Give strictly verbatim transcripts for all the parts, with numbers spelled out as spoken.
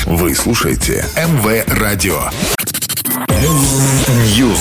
Вы слушаете эм вэ Радио. News.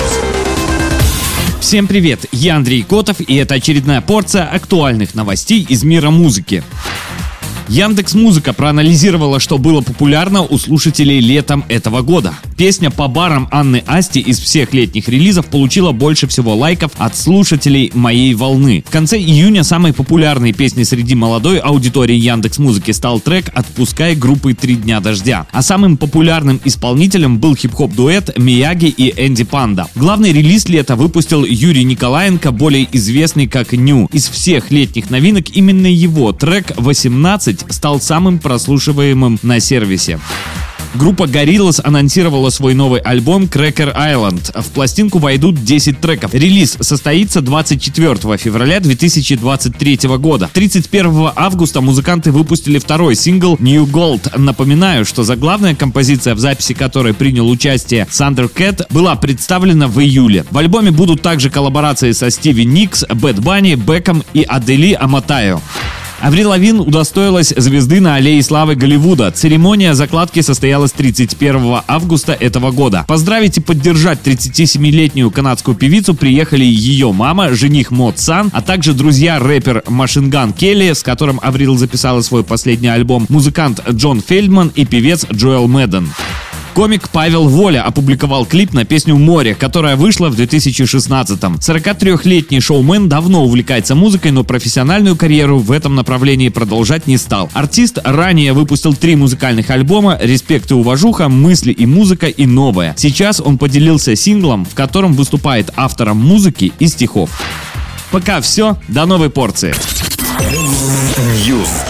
Всем привет, я Андрей Котов, и это очередная порция актуальных новостей из мира музыки. Яндекс.Музыка проанализировала, что было популярно у слушателей летом этого года. Песня «По барам» Анны Асти из всех летних релизов получила больше всего лайков от слушателей «Моей волны». В конце июня самой популярной песней среди молодой аудитории Яндекс.Музыки стал трек «Отпускай» группы «Три дня дождя». А самым популярным исполнителем был хип-хоп-дуэт Мияги и Энди Панда. Главный релиз лета выпустил Юрий Николаенко, более известный как Ню. Из всех летних новинок именно его трек «восемнадцать» стал самым прослушиваемым на сервисе. Группа Gorillaz анонсировала свой новый альбом Cracker Island. В пластинку войдут десять треков. Релиз состоится двадцать четвёртого февраля две тысячи двадцать третьего года. тридцать первого августа музыканты выпустили второй сингл New Gold. Напоминаю, что заглавная композиция, в записи которой принял участие Thundercat, была представлена в июле. В альбоме будут также коллаборации со Стиви Никс, Бэд Банни, Беком и Адели Аматаю. Аврил Лавин удостоилась звезды на Аллее славы Голливуда. Церемония закладки состоялась тридцать первого августа этого года. Поздравить и поддержать тридцатисемилетнюю канадскую певицу приехали ее мама, жених Мод Сан, а также друзья-рэпер Машин Ган Келли, с которым Аврил записала свой последний альбом, музыкант Джон Фельдман и певец Джоэл Мэдден. Комик Павел Воля опубликовал клип на песню «Море», которая вышла в две тысячи шестнадцатом. сорокатрёхлетний шоумен давно увлекается музыкой, но профессиональную карьеру в этом направлении продолжать не стал. Артист ранее выпустил три музыкальных альбома «Респект и уважуха», «Мысли и музыка» и «Новое». Сейчас он поделился синглом, в котором выступает автором музыки и стихов. Пока все, до новой порции. News.